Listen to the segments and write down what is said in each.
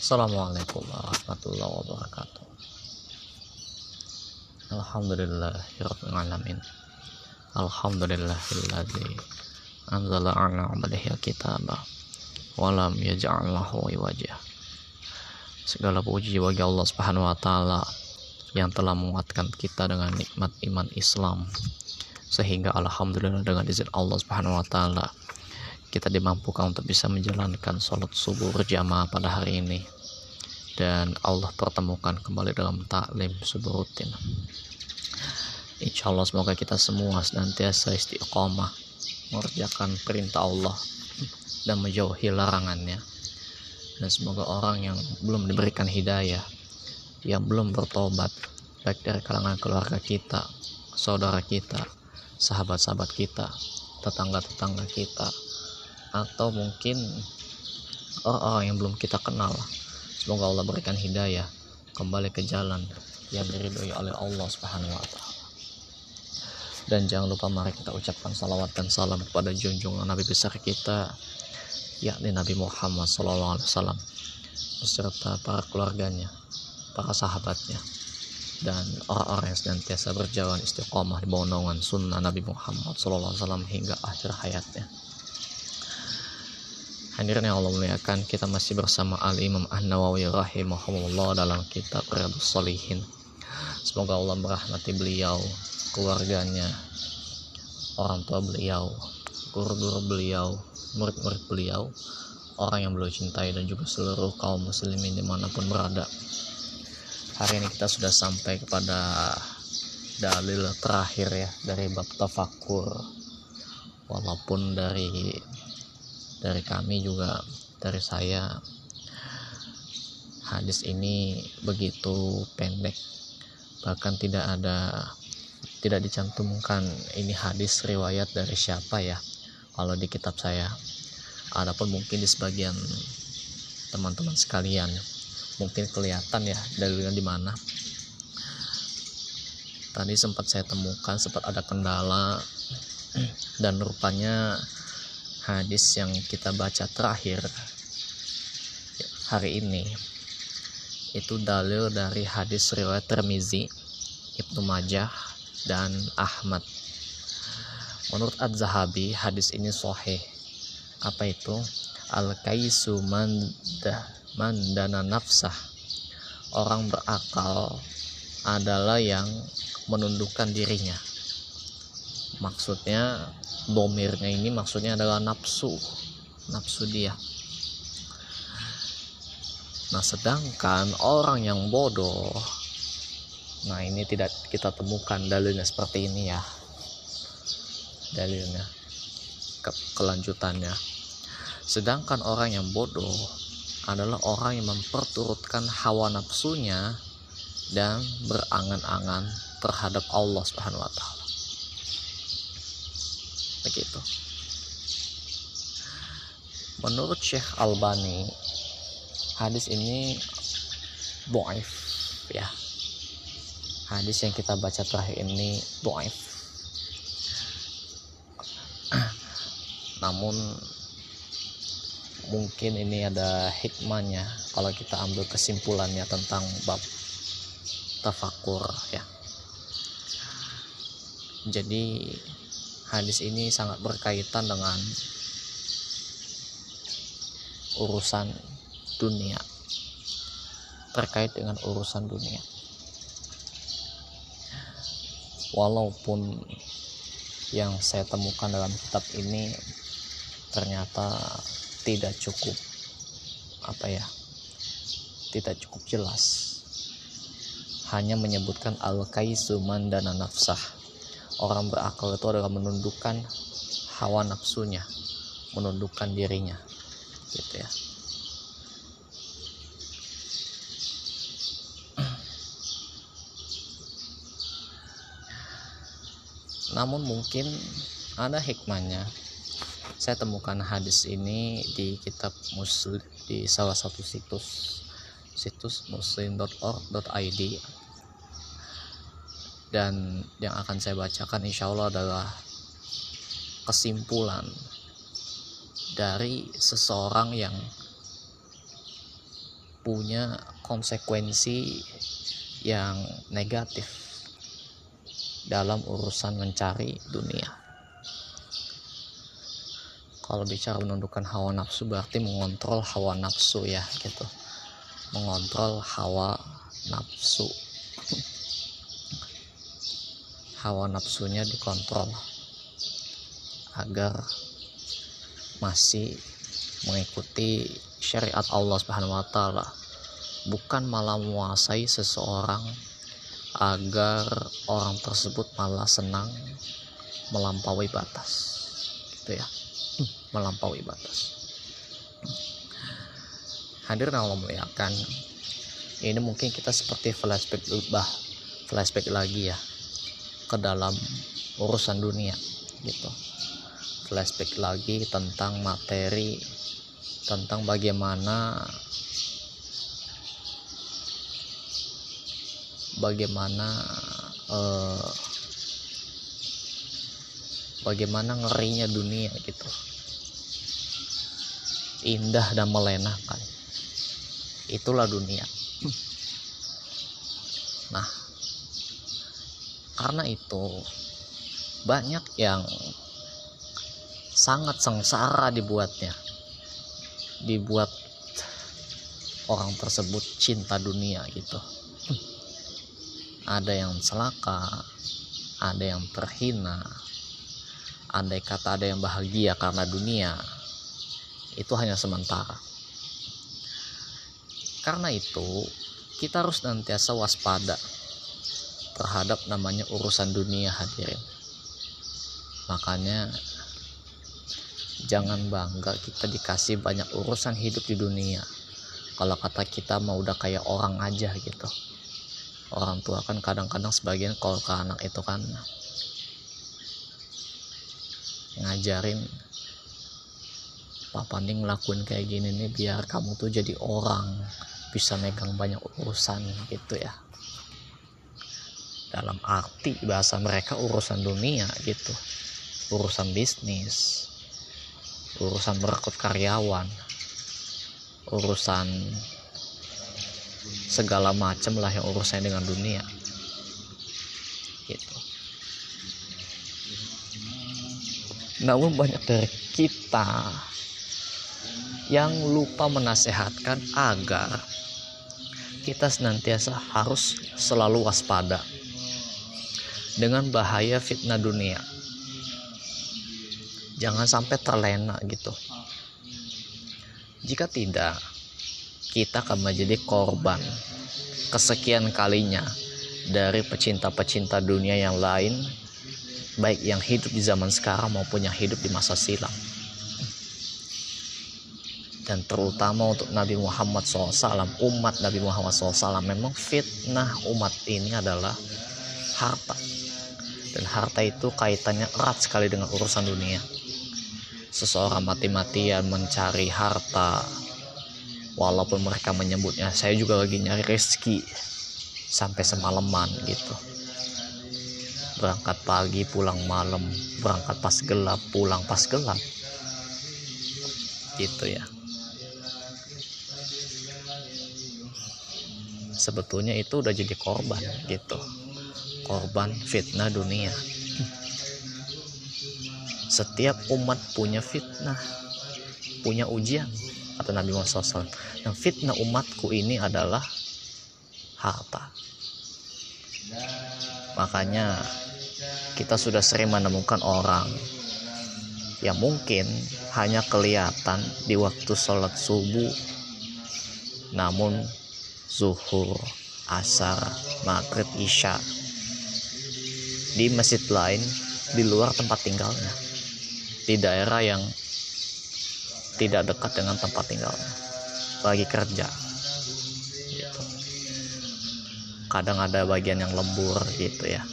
Assalamualaikum warahmatullahi wabarakatuh. Alhamdulillahirabbil alamin. Alhamdulillahilladzi anzala 'ala 'abdihi kitaba wa lam yaj'al lahu iwaja. Segala puji bagi Allah Subhanahu wa taala yang telah menguatkan kita dengan nikmat iman Islam, sehingga alhamdulillah dengan izin Allah Subhanahu wa taala kita dimampukan untuk bisa menjalankan sholat subuh berjamaah pada hari ini, dan Allah pertemukan kembali dalam taklim subuh rutin. Insya Allah semoga kita semua senantiasa istiqomah mengerjakan perintah Allah dan menjauhi larangannya, dan semoga orang yang belum diberikan hidayah, yang belum bertobat, baik dari kalangan keluarga kita, saudara kita, sahabat-sahabat kita, tetangga-tetangga kita, atau mungkin orang-orang yang belum kita kenal, semoga Allah berikan hidayah kembali ke jalan yang diridhoi oleh Allah Subhanahu wa taala. Dan jangan lupa mari kita ucapkan salawat dan salam kepada junjungan Nabi besar kita, yakni Nabi Muhammad SAW, beserta para keluarganya, para sahabatnya, dan orang-orang yang senantiasa berjalan istiqomah di bawah naungan sunnah Nabi Muhammad SAW hingga akhir hayatnya. Hadirin yang Allah muliakan, kita masih bersama Al-Imam An-Nawawi rahimahullah dalam kitab Riyadhus Shalihin. Semoga Allah merahmati beliau, keluarganya, orang tua beliau, guru-guru beliau, murid-murid beliau, orang yang beliau cintai, dan juga seluruh kaum muslimin dimanapun berada. Hari ini kita sudah sampai kepada dalil terakhir ya dari bab tafakur. Walaupun dari kami juga, dari saya, hadis ini begitu pendek, bahkan tidak dicantumkan ini hadis riwayat dari siapa ya kalau di kitab saya. Adapun mungkin di sebagian teman-teman sekalian mungkin kelihatan ya dalilnya di mana. Tadi sempat saya temukan, sempat ada kendala, dan rupanya hadis yang kita baca terakhir hari ini itu dalil dari hadis riwayat Tirmizi, Ibnu Majah, dan Ahmad. Menurut Az-Zahabi hadis ini sahih. Apa itu? Al-kaisu mandana nafsah. Orang berakal adalah yang menundukkan dirinya. Maksudnya domirnya ini maksudnya adalah nafsu dia. Nah, sedangkan orang yang bodoh, nah ini tidak kita temukan dalilnya seperti ini ya, dalilnya kelanjutannya. Sedangkan orang yang bodoh adalah orang yang memperturutkan hawa nafsunya dan berangan-angan terhadap Allah Subhanahu wa taala. Begitu. Menurut Syekh Albani, hadis ini dhaif ya. Hadis yang kita baca terakhir ini dhaif. Namun mungkin ini ada hikmahnya kalau kita ambil kesimpulannya tentang bab tafakur ya. Jadi hadis ini sangat berkaitan dengan urusan dunia, terkait dengan urusan dunia. Walaupun yang saya temukan dalam kitab ini ternyata tidak cukup jelas, hanya menyebutkan al-kaisu mandana nafsah. Orang berakal itu adalah menundukkan hawa nafsunya, menundukkan dirinya, gitu ya. Namun mungkin ada hikmahnya. Saya temukan hadis ini di kitab Muslim, di salah satu situs muslim.org.id, dan yang akan saya bacakan insya Allah adalah kesimpulan dari seseorang yang punya konsekuensi yang negatif dalam urusan mencari dunia. Kalau bicara menundukkan hawa nafsu berarti mengontrol hawa nafsu ya gitu. Mengontrol hawa nafsu. Hawa nafsunya dikontrol agar masih mengikuti syariat Allah Subhanahu wa taala, bukan malah menguasai seseorang agar orang tersebut malah senang melampaui batas gitu ya. Melampaui batas. Hadirin Allah muliakan, ini mungkin kita seperti flashback lagi ya ke dalam urusan dunia gitu. Flashback lagi tentang materi, tentang bagaimana ngerinya dunia gitu, indah dan melenakan, itulah dunia. Nah, karena itu banyak yang sangat sengsara dibuat orang tersebut cinta dunia gitu. Ada yang celaka, ada yang terhina, andai kata ada yang bahagia karena dunia, itu hanya sementara. Karena itu kita harus senantiasa waspada terhadap namanya urusan dunia, hadirin. Makanya jangan bangga kita dikasih banyak urusan hidup di dunia. Kalau kata kita mah udah kayak orang aja gitu. Orang tua kan kadang-kadang sebagian kalau ke anak itu kan ngajarin, papa nih ngelakuin kayak gini nih biar kamu tuh jadi orang, bisa megang banyak urusan gitu ya. Dalam arti bahasa mereka urusan dunia gitu, urusan bisnis, urusan merekrut karyawan, urusan segala macam lah yang urusannya dengan dunia gitu. Namun banyak dari kita yang lupa menasehatkan agar kita senantiasa harus selalu waspada dengan bahaya fitnah dunia. Jangan sampai terlena gitu. Jika tidak, kita akan menjadi korban kesekian kalinya dari pecinta-pecinta dunia yang lain, baik yang hidup di zaman sekarang maupun yang hidup di masa silam. Dan terutama untuk Nabi Muhammad SAW, umat Nabi Muhammad SAW, memang fitnah umat ini adalah harta. Dan harta itu kaitannya erat sekali dengan urusan dunia. Seseorang mati-matian mencari harta, walaupun mereka menyebutnya saya juga lagi nyari rezeki, sampai semalaman gitu. Berangkat pagi pulang malam, berangkat pas gelap pulang pas gelap gitu ya. Sebetulnya itu udah jadi korban gitu, korban fitnah dunia. Setiap umat punya fitnah, punya ujian, kata Nabi Muhammad SAW. Dan fitnah umatku ini adalah harta. Makanya kita sudah sering menemukan orang yang mungkin hanya kelihatan di waktu sholat subuh, namun zuhur, asar, maghrib, isya di masjid lain di luar tempat tinggalnya, di daerah yang tidak dekat dengan tempat tinggalnya, lagi kerja gitu. Kadang ada bagian yang lembur gitu ya.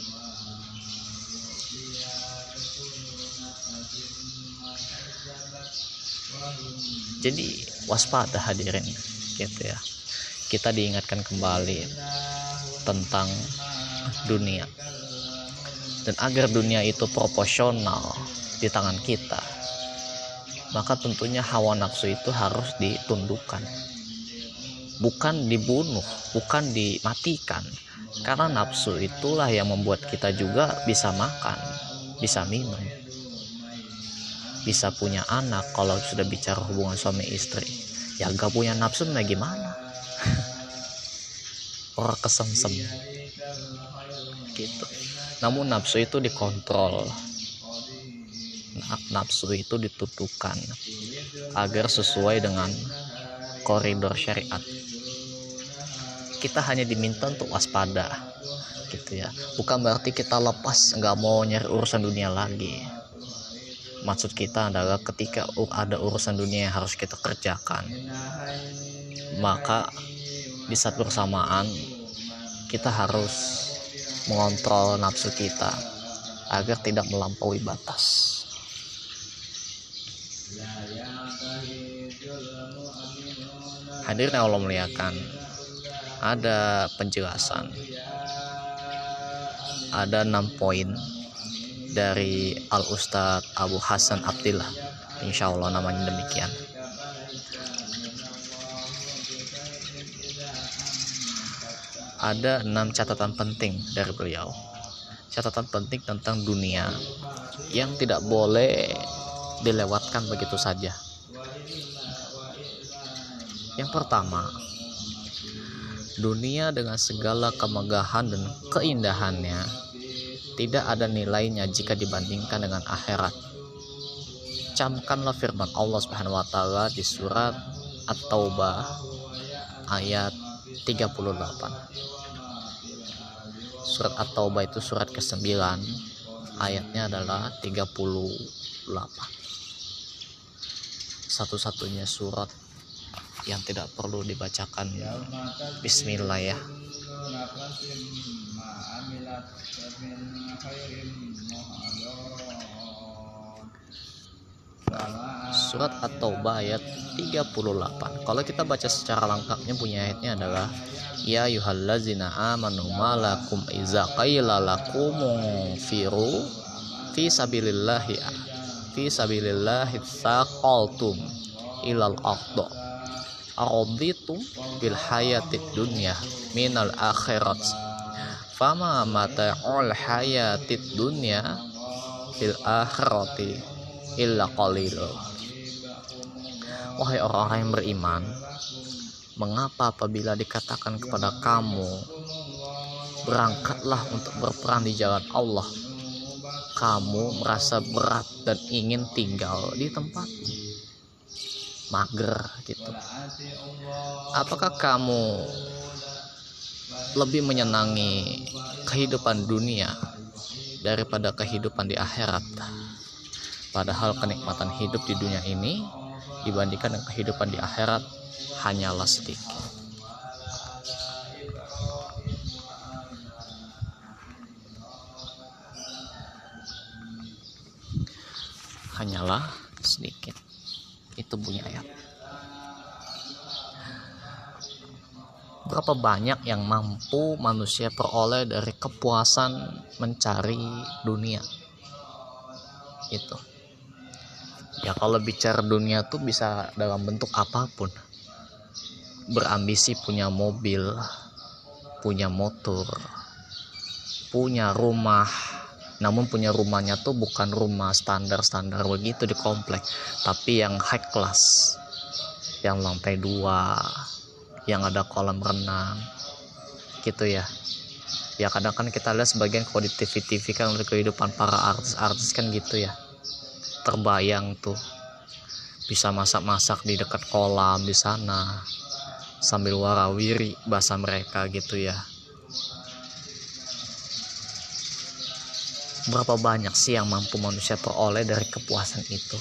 Jadi waspada hadirin gitu ya. Kita diingatkan kembali tentang dunia. Dan agar dunia itu proporsional di tangan kita, maka tentunya hawa nafsu itu harus ditundukkan. bukan dibunuh, bukan dimatikan. Karena nafsu itulah yang membuat kita juga bisa makan, bisa minum, bisa punya anak. Kalau sudah bicara hubungan suami istri, ya gak punya nafsu nah gimana? Orang kesemsem gitu. Namun nafsu itu dikontrol, nafsu itu ditentukan agar sesuai dengan koridor syariat. Kita hanya diminta untuk waspada gitu ya, bukan berarti kita lepas nggak mau nyari urusan dunia lagi. Maksud kita adalah ketika ada urusan dunia yang harus kita kerjakan, maka di saat bersamaan kita harus mengontrol nafsu kita agar tidak melampaui batas. Hadirin Allah muliakan, ada penjelasan, ada 6 poin dari Al-Ustadz Abu Hasan Abdillah, insya Allah namanya demikian. Ada 6 catatan penting dari beliau, catatan penting tentang dunia yang tidak boleh dilewatkan begitu saja. Yang pertama, dunia dengan segala kemegahan dan keindahannya tidak ada nilainya jika dibandingkan dengan akhirat. Camkanlah firman Allah Subhanahu wa taala di surat At-Taubah ayat 38. Surat At-Taubah itu surat ke-9, ayatnya adalah 38. Satu-satunya surat yang tidak perlu dibacakan bismillah ya. Surat At-Taubah ayat 38. Kalau kita baca secara lengkapnya, punya ayatnya adalah ya ayyuhallazina amanu malakum iza qila lakum firu fi sabilillahi tsaqaltum ilal ardh araditum bil hayatid dunya minal akhirat fama mata'ul hayatid dunya fil akhirati illa qalil. Wahai orang-orang yang beriman, mengapa apabila dikatakan kepada kamu berangkatlah untuk berperang di jalan Allah, kamu merasa berat dan ingin tinggal di tempatmu, mager gitu? Apakah kamu lebih menyenangi kehidupan dunia daripada kehidupan di akhirat? Padahal kenikmatan hidup di dunia ini dibandingkan dengan kehidupan di akhirat hanyalah sedikit. Hanyalah sedikit. Itu bunyi ayat. Berapa banyak yang mampu manusia peroleh dari kepuasan mencari dunia itu. Ya kalau bicara dunia tuh bisa dalam bentuk apapun. Berambisi punya mobil, punya motor, punya rumah. Namun punya rumahnya tuh bukan rumah standar-standar begitu di komplek, tapi yang high class, yang lantai 2, yang ada kolam renang gitu ya. Ya kadang kan kita lihat sebagian kalau di TV kan untuk kehidupan para artis kan gitu ya, terbayang tuh bisa masak-masak di dekat kolam di sana sambil warawiri bahasa mereka gitu ya. Berapa banyak sih yang mampu manusia peroleh dari kepuasan itu?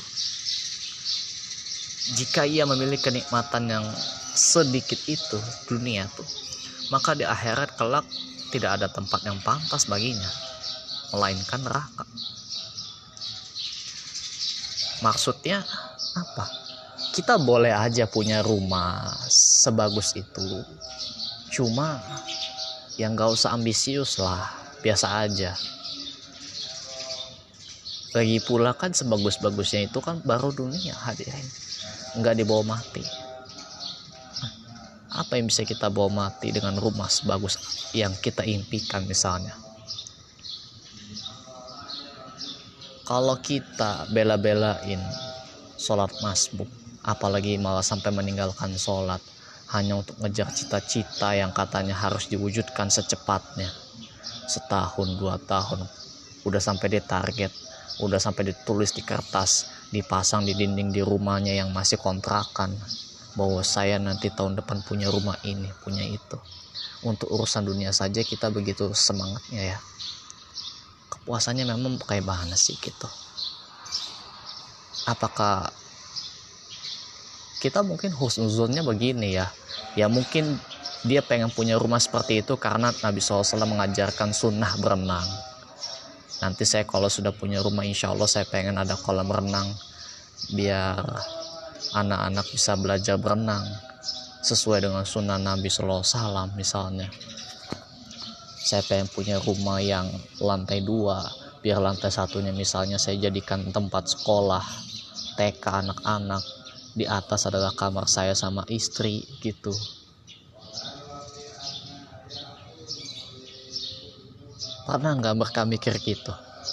Jika ia memiliki kenikmatan yang sedikit itu dunia tuh, maka di akhirat kelak tidak ada tempat yang pantas baginya melainkan neraka. Maksudnya apa? Kita boleh aja punya rumah sebagus itu, cuma yang gak usah ambisius lah, biasa aja. Lagi pula kan sebagus-bagusnya itu kan baru dunia, hadirin, nggak dibawa mati. Apa yang bisa kita bawa mati dengan rumah sebagus yang kita impikan misalnya? Kalau kita bela-belain sholat masbuk, apalagi malah sampai meninggalkan sholat hanya untuk ngejar cita-cita yang katanya harus diwujudkan secepatnya, setahun 2 tahun, udah sampai di target, udah sampai ditulis di kertas, dipasang di dinding di rumahnya yang masih kontrakan, bahwa saya nanti tahun depan punya rumah ini, punya itu. Untuk urusan dunia saja kita begitu semangatnya ya. Kepuasannya memang kayak mana sih gitu? Apakah kita mungkin husnuzonnya begini ya? Ya mungkin dia pengen punya rumah seperti itu karena Nabi SAW mengajarkan sunnah berenang. Nanti saya kalau sudah punya rumah, insya Allah saya pengen ada kolam renang biar anak-anak bisa belajar berenang sesuai dengan sunnah Nabi SAW misalnya. Saya pengen punya rumah yang lantai 2, biar lantai 1-nya misalnya saya jadikan tempat sekolah TK anak-anak, di atas adalah kamar saya sama istri gitu. Pernah nggak mereka mikir gitu?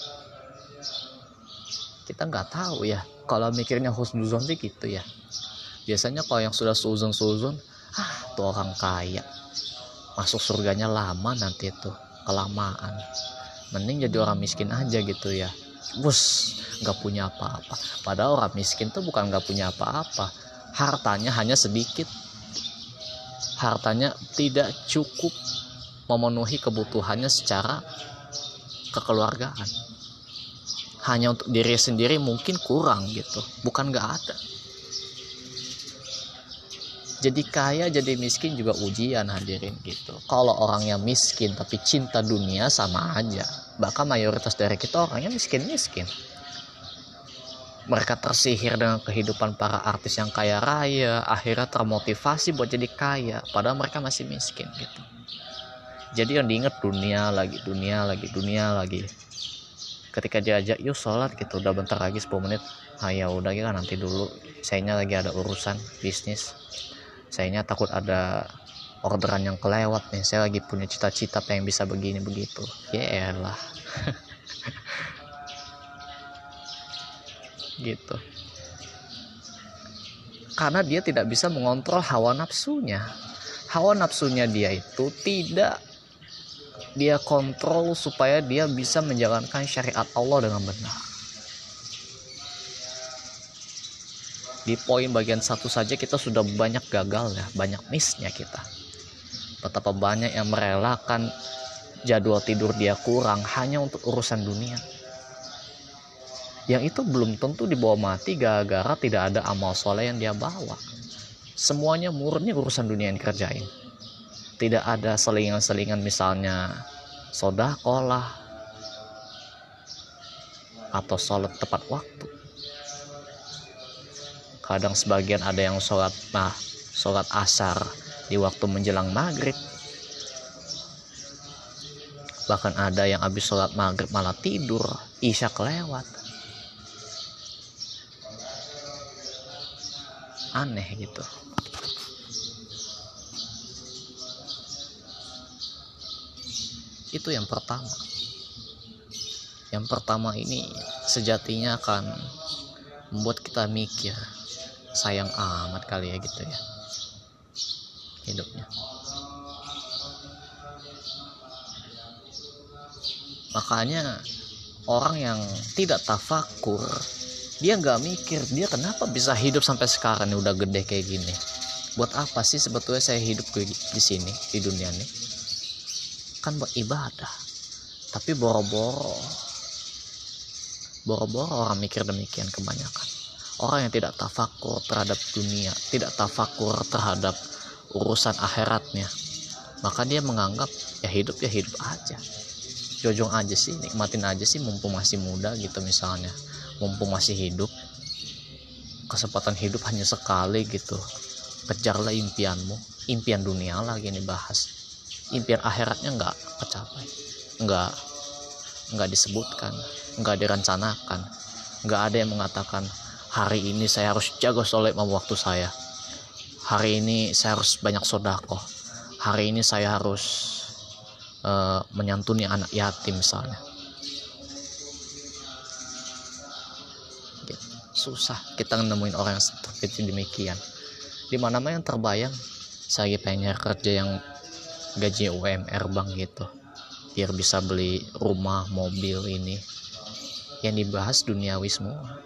Kita nggak tahu ya. Kalau mikirnya husnuzon sih gitu ya. Biasanya kalau yang sudah suzon, tuh orang kaya, masuk surganya lama nanti tuh, kelamaan. Mending jadi orang miskin aja gitu ya. Bus, nggak punya apa-apa. Padahal orang miskin tuh bukan nggak punya apa-apa, hartanya hanya sedikit. Hartanya tidak cukup memenuhi kebutuhannya secara kekeluargaan. Hanya untuk diri sendiri mungkin kurang gitu, bukan nggak ada. Jadi kaya jadi miskin juga ujian hadirin gitu. Kalau orangnya miskin tapi cinta dunia sama aja. Bahkan mayoritas dari kita orangnya miskin-miskin. Mereka tersihir dengan kehidupan para artis yang kaya raya, akhirnya termotivasi buat jadi kaya, padahal mereka masih miskin gitu. Jadi yang diingat dunia lagi. Ketika diajak yuk sholat gitu, udah bentar lagi 10 menit, ya udah ya nanti dulu, sayanya lagi ada urusan bisnis. Sayanya takut ada orderan yang kelewat nih. Saya lagi punya cita-cita pengen bisa begini begitu. Ya elah. Gitu. Karena dia tidak bisa mengontrol hawa nafsunya. Hawa nafsunya dia itu tidak dia kontrol supaya dia bisa menjalankan syariat Allah dengan benar. Di poin bagian 1 saja kita sudah banyak gagal ya, banyak missnya kita. Betapa banyak yang merelakan jadwal tidur dia kurang hanya untuk urusan dunia. Yang itu belum tentu dibawa mati gara-gara tidak ada amal soleh yang dia bawa. Semuanya murni urusan dunia yang dikerjain. Tidak ada selingan-selingan misalnya sedekah lah atau sholat tepat waktu. Kadang sebagian ada yang sholat asar di waktu menjelang maghrib. Bahkan ada yang habis sholat maghrib malah tidur, isya kelewat. Aneh gitu. Itu yang pertama. Yang pertama ini sejatinya akan membuat kita mikir, sayang amat kali ya gitu ya hidupnya. Makanya orang yang tidak tafakur, dia nggak mikir dia kenapa bisa hidup sampai sekarang nih, udah gede kayak gini. Buat apa sih sebetulnya saya hidup di sini, di dunia ini? Kan buat ibadah. Tapi boro-boro orang mikir demikian kebanyakan. Orang yang tidak tafakur terhadap dunia, tidak tafakur terhadap urusan akhiratnya, maka dia menganggap ya hidup aja, jojong aja sih, nikmatin aja sih mumpung masih muda gitu misalnya, mumpung masih hidup, kesempatan hidup hanya sekali gitu, kejarlah impianmu. Impian dunia lagi nih bahas, impian akhiratnya nggak kecapai, nggak disebutkan, nggak direncanakan, nggak ada yang mengatakan hari ini saya harus jaga sholat lima waktu saya, hari ini saya harus banyak sedekah, hari ini saya harus menyantuni anak yatim misalnya. Susah kita nemuin orang yang seperti demikian. Di mana-mana yang terbayang, saya lagi pengen kerja yang gaji UMR bang gitu, biar bisa beli rumah, mobil. Ini yang dibahas duniawi semua.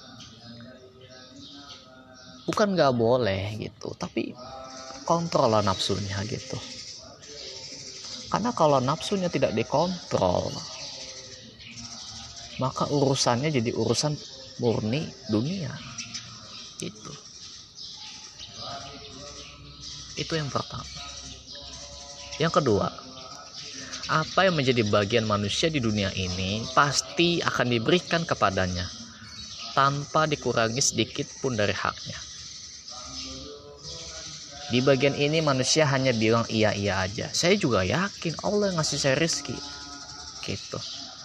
Bukan nggak boleh gitu, tapi kontrol nafsunya gitu. Karena kalau nafsunya tidak dikontrol, maka urusannya jadi urusan murni dunia gitu. Itu yang pertama. Yang kedua, apa yang menjadi bagian manusia di dunia ini pasti akan diberikan kepadanya tanpa dikurangi sedikit pun dari haknya. Di bagian ini manusia hanya bilang iya aja. Saya juga yakin Allah yang ngasih saya rezeki gitu.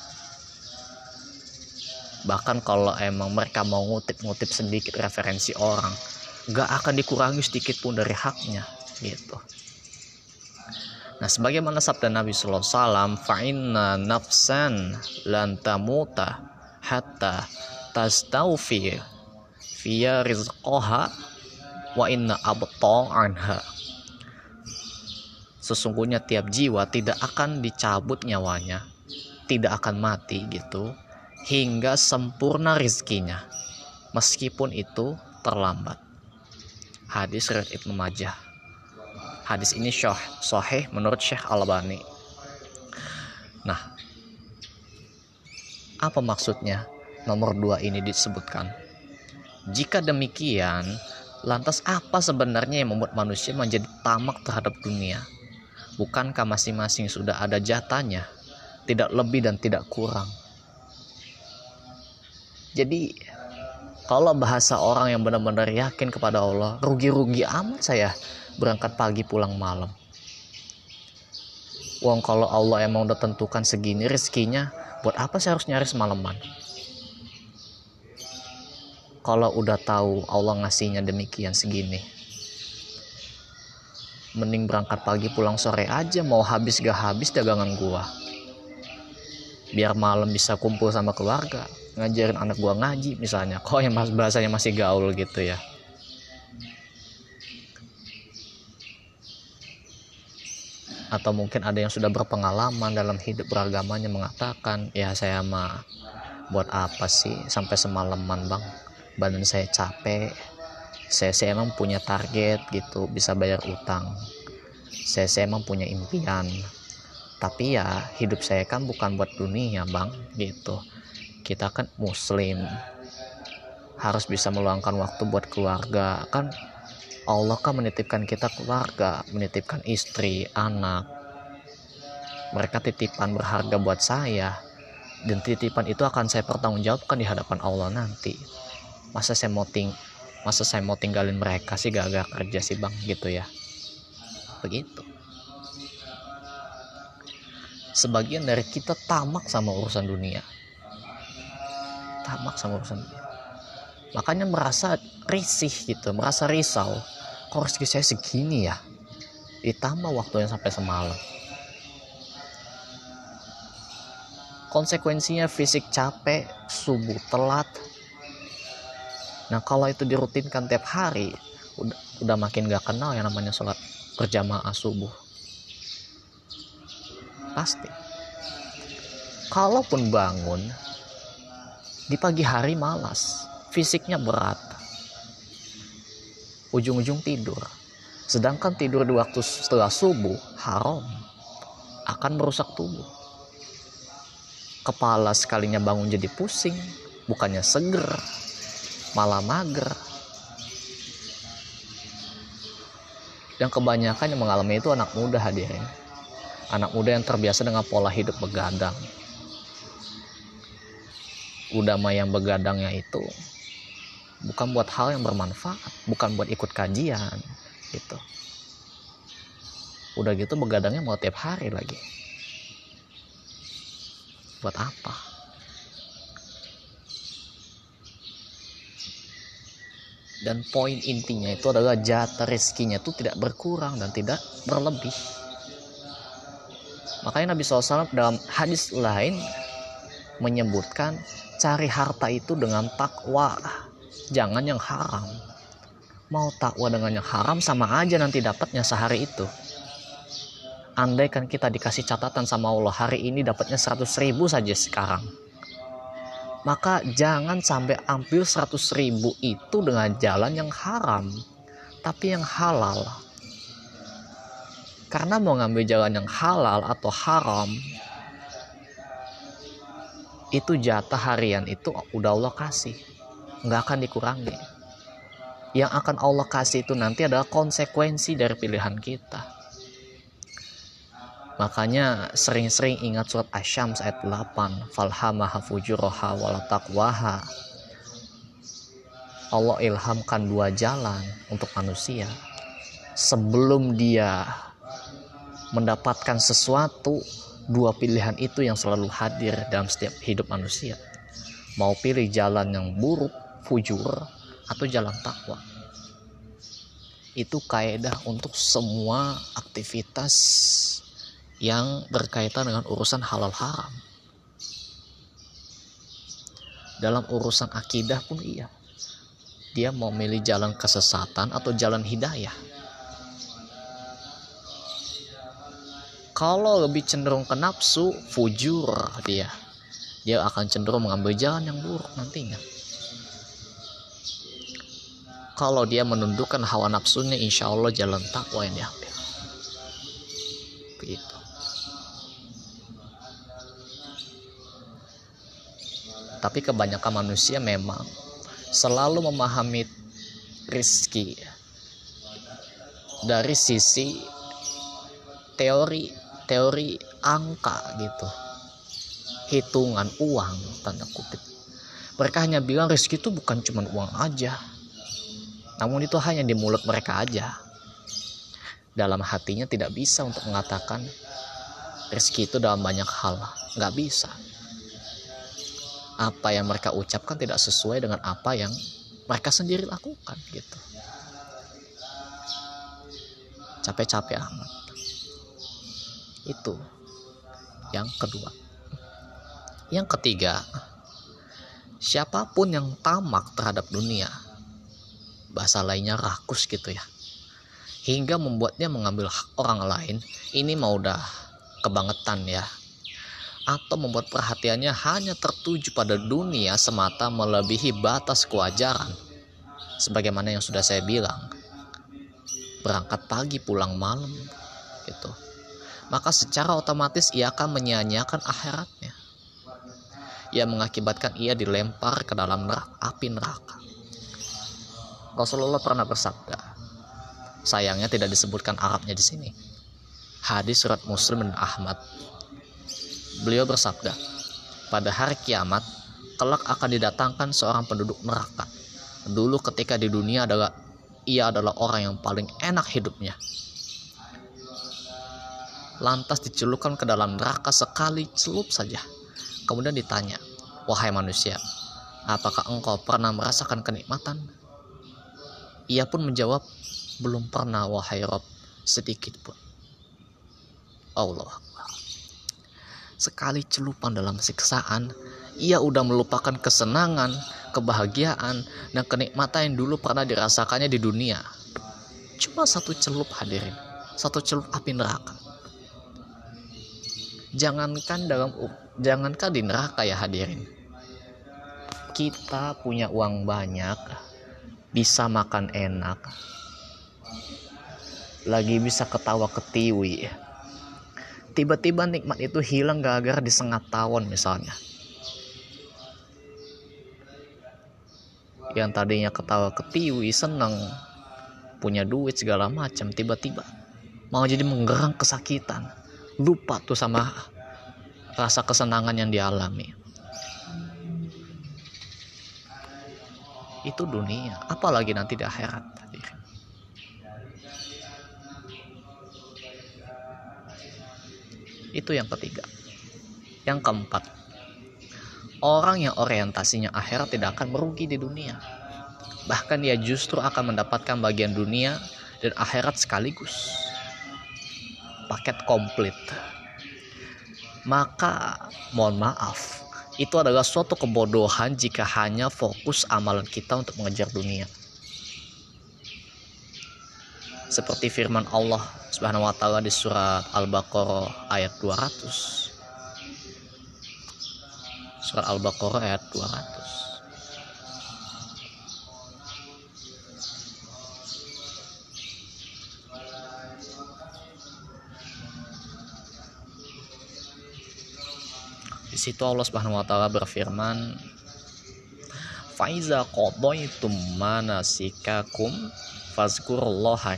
Bahkan kalau emang mereka mau ngutip sedikit referensi orang, gak akan dikurangi sedikit pun dari haknya gitu. Nah, sebagaimana sabda Nabi sallallahu alaihi wasallam, fa inna nafsan lan tamuta hatta tastawfi fiya rizqaha wa inna abta anha. Sesungguhnya tiap jiwa tidak akan dicabut nyawanya, tidak akan mati gitu, hingga sempurna rizkinya, meskipun itu terlambat. Hadis riwayat Ibnu Majah. Hadis ini sahih menurut Syekh Al-Albani. Nah, apa maksudnya nomor 2 ini disebutkan? Jika demikian, lantas apa sebenarnya yang membuat manusia menjadi tamak terhadap dunia? Bukankah masing-masing sudah ada jatahnya, tidak lebih dan tidak kurang? Jadi, kalau bahasa orang yang benar-benar yakin kepada Allah, rugi-rugi amat saya berangkat pagi pulang malam. Wong kalau Allah emang udah tentukan segini rezekinya, buat apa saya harus nyari semalaman? Kalau udah tahu Allah ngasihnya demikian segini, mending berangkat pagi pulang sore aja, mau habis gak habis dagangan gua. Biar malam bisa kumpul sama keluarga, ngajarin anak gua ngaji misalnya. Kok yang bahasanya masih gaul gitu ya. Atau mungkin ada yang sudah berpengalaman dalam hidup beragamanya mengatakan, ya saya mah buat apa sih sampai semalaman bang, badan saya capek, saya emang punya target gitu, bisa bayar utang, saya emang punya impian, tapi ya hidup saya kan bukan buat dunia bang gitu. Kita kan muslim, harus bisa meluangkan waktu buat keluarga. Kan Allah kan menitipkan kita keluarga, menitipkan istri, anak. Mereka titipan berharga buat saya, dan titipan itu akan saya pertanggungjawabkan di hadapan Allah nanti. Masa saya mau tinggalin mereka sih gara-gara kerja sih bang gitu ya. Begitu. Sebagian dari kita tamak sama urusan dunia. Makanya merasa risih gitu, merasa risau. Kok rezeki saya segini ya? Ditambah waktunya sampai semalam. Konsekuensinya fisik capek, subuh telat. Nah kalau itu dirutinkan tiap hari, udah makin gak kenal yang namanya sholat berjamaah subuh. Pasti. Kalaupun bangun di pagi hari malas, fisiknya berat, ujung-ujung tidur. Sedangkan tidur di waktu setelah subuh haram, akan merusak tubuh. Kepala sekalinya bangun jadi pusing, bukannya seger, malah mager. Dan kebanyakan yang mengalami itu anak muda hadirin. Anak muda yang terbiasa dengan pola hidup begadang. Udah mah yang begadangnya itu bukan buat hal yang bermanfaat, bukan buat ikut kajian gitu. Udah gitu begadangnya mau tiap hari lagi. Buat apa? Dan poin intinya itu adalah jatah rezekinya itu tidak berkurang dan tidak berlebih. Makanya Nabi SAW dalam hadis lain menyebutkan cari harta itu dengan takwa, jangan yang haram. Mau takwa dengan yang haram sama aja nanti dapatnya sehari itu. Andaikan kita dikasih catatan sama Allah hari ini dapatnya 100.000 saja sekarang, maka jangan sampai ambil 100.000 itu dengan jalan yang haram, tapi yang halal. Karena mau ngambil jalan yang halal atau haram, itu jatah harian itu udah Allah kasih, nggak akan dikurangi. Yang akan Allah kasih itu nanti adalah konsekuensi dari pilihan kita. Makanya sering-sering ingat surat Asy-Syams ayat 8, falhamaha fujuraha wala taqwaha. Allah ilhamkan dua jalan untuk manusia. Sebelum dia mendapatkan sesuatu, dua pilihan itu yang selalu hadir dalam setiap hidup manusia. Mau pilih jalan yang buruk, fujur, atau jalan takwa. Itu kaidah untuk semua aktivitas yang berkaitan dengan urusan halal haram. Dalam urusan akidah pun iya. Dia mau milih jalan kesesatan atau jalan hidayah. Kalau lebih cenderung ke nafsu, fujur dia akan cenderung mengambil jalan yang buruk nantinya. Kalau dia menundukkan hawa nafsunya, insya Allah jalan takwa yang diambil. Begitu. Tapi kebanyakan manusia memang selalu memahami rezeki dari sisi teori angka gitu, hitungan uang tanda kutip. Mereka hanya bilang rezeki itu bukan cuma uang aja, namun itu hanya di mulut mereka aja. Dalam hatinya tidak bisa untuk mengatakan rezeki itu dalam banyak hal, nggak bisa. Apa yang mereka ucapkan tidak sesuai dengan apa yang mereka sendiri lakukan gitu. Capek-capek amat. Itu yang kedua. Yang ketiga, siapapun yang tamak terhadap dunia, bahasa lainnya rakus gitu ya, hingga membuatnya mengambil hak orang lain, ini mau udah kebangetan ya. Atau membuat perhatiannya hanya tertuju pada dunia semata melebihi batas kewajaran. Sebagaimana yang sudah saya bilang, berangkat pagi pulang malam gitu. Maka secara otomatis ia akan menyia-nyiakan akhiratnya. Ia mengakibatkan ia dilempar ke dalam api neraka. Rasulullah pernah bersabda, sayangnya tidak disebutkan Arabnya di sini. Hadis surat Muslim dan Ahmad. Beliau bersabda, pada hari kiamat kelak akan didatangkan seorang penduduk neraka. Dulu ketika di dunia ia adalah orang yang paling enak hidupnya. Lantas dicelupkan ke dalam neraka sekali celup saja. Kemudian ditanya, wahai manusia, apakah engkau pernah merasakan kenikmatan? Ia pun menjawab, belum pernah wahai Rob, sedikit pun. Allah. Sekali celupan dalam siksaan, ia udah melupakan kesenangan, kebahagiaan, dan kenikmatan yang dulu pernah dirasakannya di dunia. Cuma satu celup hadirin, satu celup api neraka. Jangankan di neraka ya hadirin. Kita punya uang banyak, bisa makan enak, lagi bisa ketawa ketiwi. Tiba-tiba nikmat itu hilang gara-gara disengat tawon misalnya. Yang tadinya ketawa ketiwi, seneng, punya duit segala macam, tiba-tiba mau jadi menggerang kesakitan. Lupa tuh sama rasa kesenangan yang dialami. Itu dunia, apalagi nanti di akhirat. Itu yang ketiga. Yang keempat, orang yang orientasinya akhirat tidak akan merugi di dunia. Bahkan dia justru akan mendapatkan bagian dunia dan akhirat sekaligus. Paket komplit. Maka mohon maaf, itu adalah suatu kebodohan jika hanya fokus amalan kita untuk mengejar dunia. Seperti firman Allah Subhanahu wa taala di surat Al-Baqarah ayat 200. Surat Al-Baqarah ayat 200. Di situ Allah Subhanahu wa taala berfirman, "Faiza qadaitum manasikakum fazkurullaha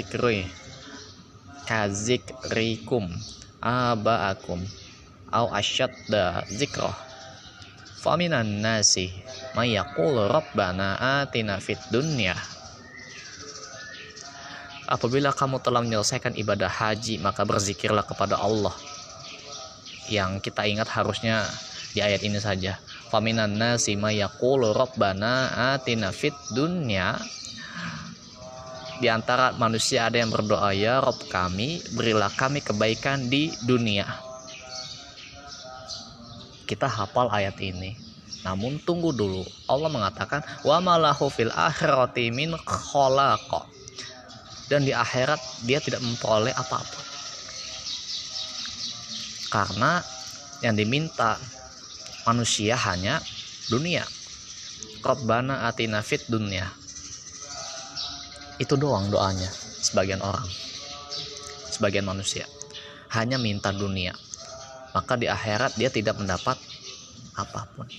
kazikrikum aba'akum au asyadda zikrah. Faminan nasi may yaqulu rabbana atina fid dunya." Apabila kamu telah menyelesaikan ibadah haji, maka berzikirlah kepada Allah. Yang kita ingat harusnya di ayat ini saja. Faminan nasi may yaqulu rabbana atina fid dunya. Di antara manusia ada yang berdoa, ya Rabb kami, berilah kami kebaikan di dunia. Kita hafal ayat ini. Namun tunggu dulu. Allah mengatakan wa malahu fil akhirati min khalaq. Dan di akhirat dia tidak memperoleh apa-apa. Karena yang diminta manusia hanya dunia. Rabbana atina fid dunya. Itu doang doanya sebagian orang. Sebagian manusia hanya minta dunia. Maka di akhirat dia tidak mendapat apapun.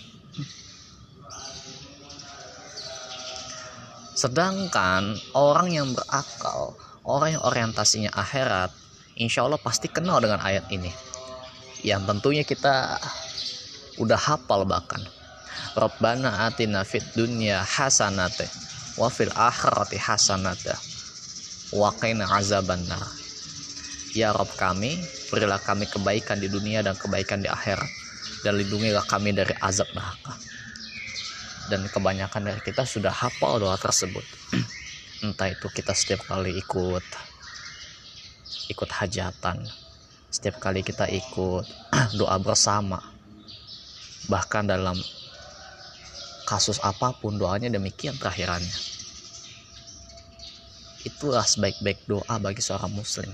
Sedangkan orang yang berakal, orang yang orientasinya akhirat, insya Allah pasti kenal dengan ayat ini. Yang tentunya kita udah hafal bahkan. Rabbana atina fid dunya hasanate wa fil akhirati hasanate wa qina azabannar. Ya Rabb kami, berilah kami kebaikan di dunia dan kebaikan di akhirat, dan lindungilah kami dari azab neraka. Dan kebanyakan dari kita sudah hafal doa tersebut. Entah itu kita setiap kali ikut hajatan, setiap kali kita ikut doa bersama, bahkan dalam kasus apapun doanya demikian terakhirannya. Itulah sebaik-baik doa bagi seorang muslim.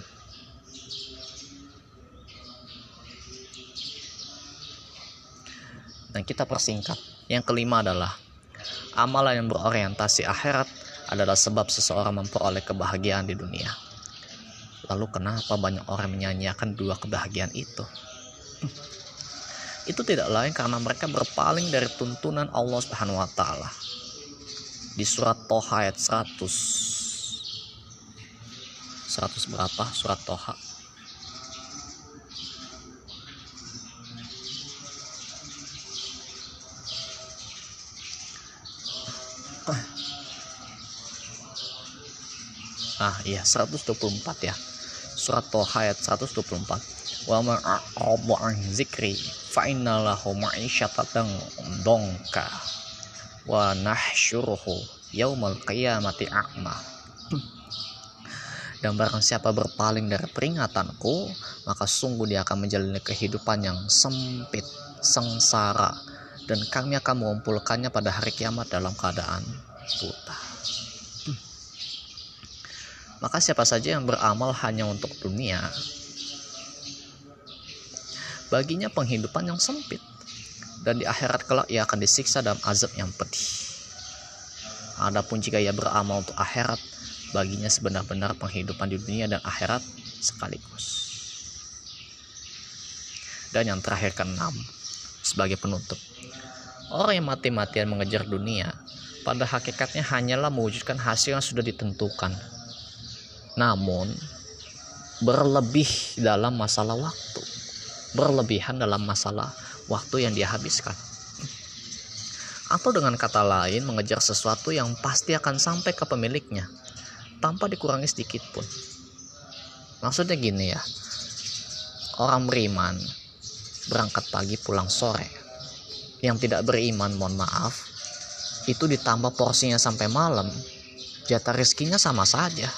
Dan kita persingkat. Yang kelima adalah amalan yang berorientasi akhirat adalah sebab seseorang memperoleh kebahagiaan di dunia. Lalu kenapa banyak orang menyanyiakan dua kebahagiaan itu? Itu tidak lain karena mereka berpaling dari tuntunan Allah Subhanahu wa taala. Di surat Toha ayat 100 berapa? Surat Toha. Iya 124 ya. Surat Toha ayat 124. Wa man a'rada an zikri fa inna lahu ma'isyatan dongka wa nahsyuruhu yaumal qiyamati a'ma. Dan barang siapa berpaling dari peringatanku, maka sungguh dia akan menjalani kehidupan yang sempit, sengsara, dan kami akan mengumpulkannya pada hari kiamat dalam keadaan buta. Maka siapa saja yang beramal hanya untuk dunia, baginya penghidupan yang sempit, dan di akhirat kelak ia akan disiksa dalam azab yang pedih. Adapun jika ia beramal untuk akhirat, baginya sebenar-benar penghidupan di dunia dan akhirat sekaligus. Dan yang terakhir keenam, sebagai penutup, orang yang mati-matian mengejar dunia pada hakikatnya hanyalah mewujudkan hasil yang sudah ditentukan, namun berlebih dalam masalah waktu, berlebihan dalam masalah waktu yang dia habiskan. Atau dengan kata lain, mengejar sesuatu yang pasti akan sampai ke pemiliknya tanpa dikurangi sedikit pun. Maksudnya gini ya, orang beriman berangkat pagi pulang sore. Yang tidak beriman, mohon maaf, itu ditambah porsinya sampai malam, jatah rezekinya sama saja.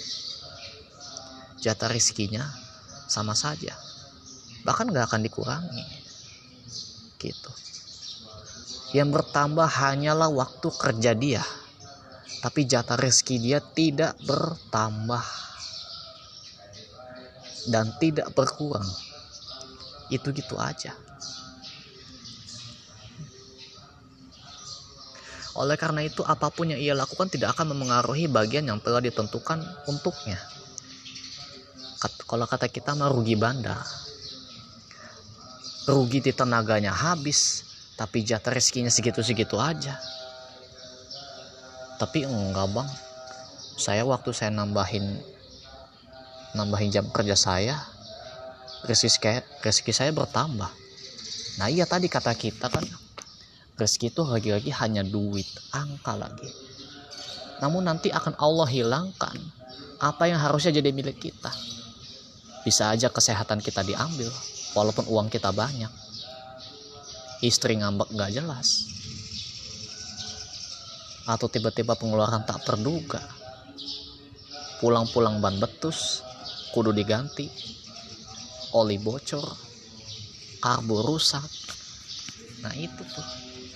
Jatah rezekinya sama saja, bahkan gak akan dikurangi gitu. Yang bertambah hanyalah waktu kerja dia, tapi jatah rezeki dia tidak bertambah dan tidak berkurang. Itu gitu aja. Oleh karena itu, apapun yang ia lakukan tidak akan memengaruhi bagian yang telah ditentukan untuknya. Kalau kata kita mah rugi bandar. Rugi di tenaganya habis, tapi jatah rezekinya segitu-segitu aja. Tapi enggak bang, waktu saya nambahin jam kerja saya, rezeki saya bertambah. Nah iya, tadi kata kita kan, rezeki itu lagi-lagi hanya duit, angka lagi. Namun nanti akan Allah hilangkan apa yang harusnya jadi milik kita. Bisa aja kesehatan kita diambil, walaupun uang kita banyak. Istri ngambek gak jelas, atau tiba-tiba pengeluaran tak terduga. Pulang-pulang ban betus, kudu diganti. Oli bocor, karbu rusak. Nah itu tuh.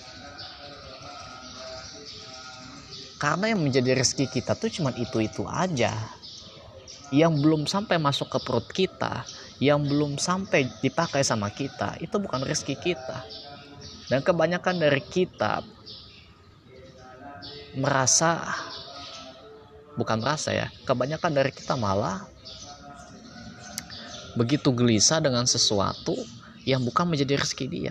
Karena yang menjadi rezeki kita tuh cuma itu-itu aja. Yang belum sampai masuk ke perut kita, yang belum sampai dipakai sama kita, itu bukan rezeki kita. Dan kebanyakan dari kita kebanyakan dari kita malah begitu gelisah dengan sesuatu yang bukan menjadi rezeki dia.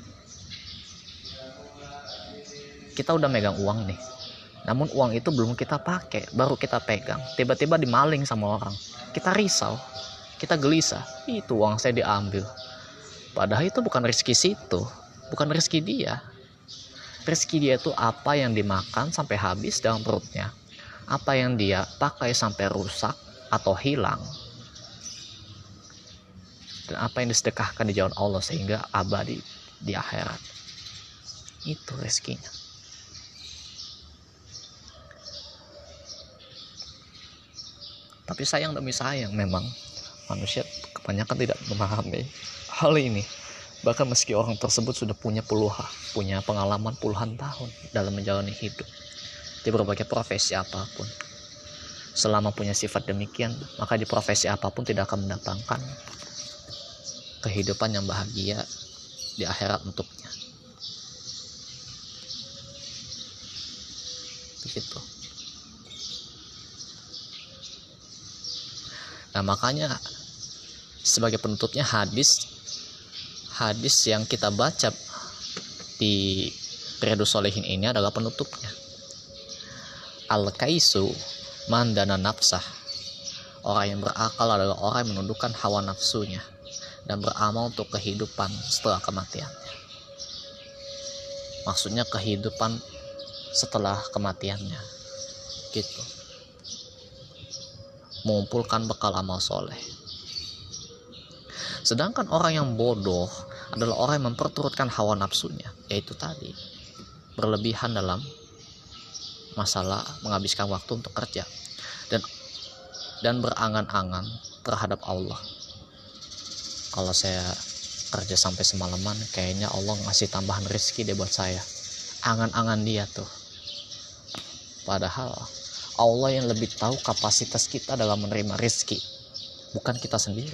Kita udah megang uang nih, namun uang itu belum kita pakai, baru kita pegang, tiba-tiba dimaling sama orang. Kita risau, kita gelisah, itu uang saya diambil. Padahal itu bukan rezeki situ, bukan rezeki dia. Rezeki dia itu apa yang dimakan sampai habis dalam perutnya, apa yang dia pakai sampai rusak atau hilang, dan apa yang disedekahkan di jalan Allah sehingga abadi di akhirat. Itu rezekinya. Tapi sayang demi sayang, memang manusia kebanyakan tidak memahami hal ini. Bahkan meski orang tersebut sudah punya pengalaman puluhan tahun dalam menjalani hidup di berbagai profesi apapun. Selama punya sifat demikian, maka di profesi apapun tidak akan mendatangkan kehidupan yang bahagia di akhirat untuknya. Begitu. Nah makanya sebagai penutupnya hadis yang kita baca di Riyadhus Shalihin ini adalah penutupnya. Al-kaisu man dana nafsah. Orang yang berakal adalah orang yang menundukkan hawa nafsunya dan beramal untuk kehidupan setelah kematiannya. Maksudnya kehidupan setelah kematiannya, gitu. Mengumpulkan bekal amal soleh. Sedangkan orang yang bodoh adalah orang yang memperturutkan hawa nafsunya, yaitu tadi berlebihan dalam masalah menghabiskan waktu untuk kerja dan berangan-angan terhadap Allah. Kalau saya kerja sampai semalaman, kayaknya Allah ngasih tambahan rezeki deh buat saya. Angan-angan dia tuh. Padahal Allah yang lebih tahu kapasitas kita dalam menerima rezeki, bukan kita sendiri.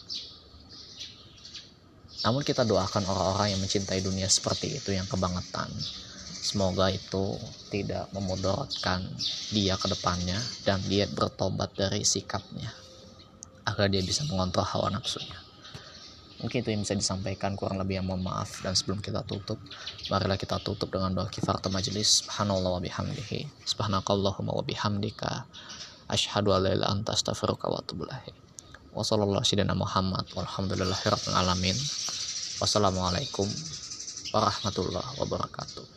Namun kita doakan orang-orang yang mencintai dunia seperti itu, yang kebangetan. Semoga itu tidak memudaratkan dia ke depannya dan dia bertobat dari sikapnya agar dia bisa mengontrol hawa nafsunya. Mungkin itu yang bisa disampaikan, kurang lebih yang mohon maaf. Dan sebelum kita tutup, marilah kita tutup dengan doa kifaratul majelis. Subhanallah wa bihamdihi, subhanakallahumma wa bihamdika, asyhadu an la ilaha illa anta astaghfiruka wa atubu ilaik. Wa sallallahu ala Muhammad walhamdulillahirabbil alamin. Wassalamualaikum warahmatullahi wabarakatuh.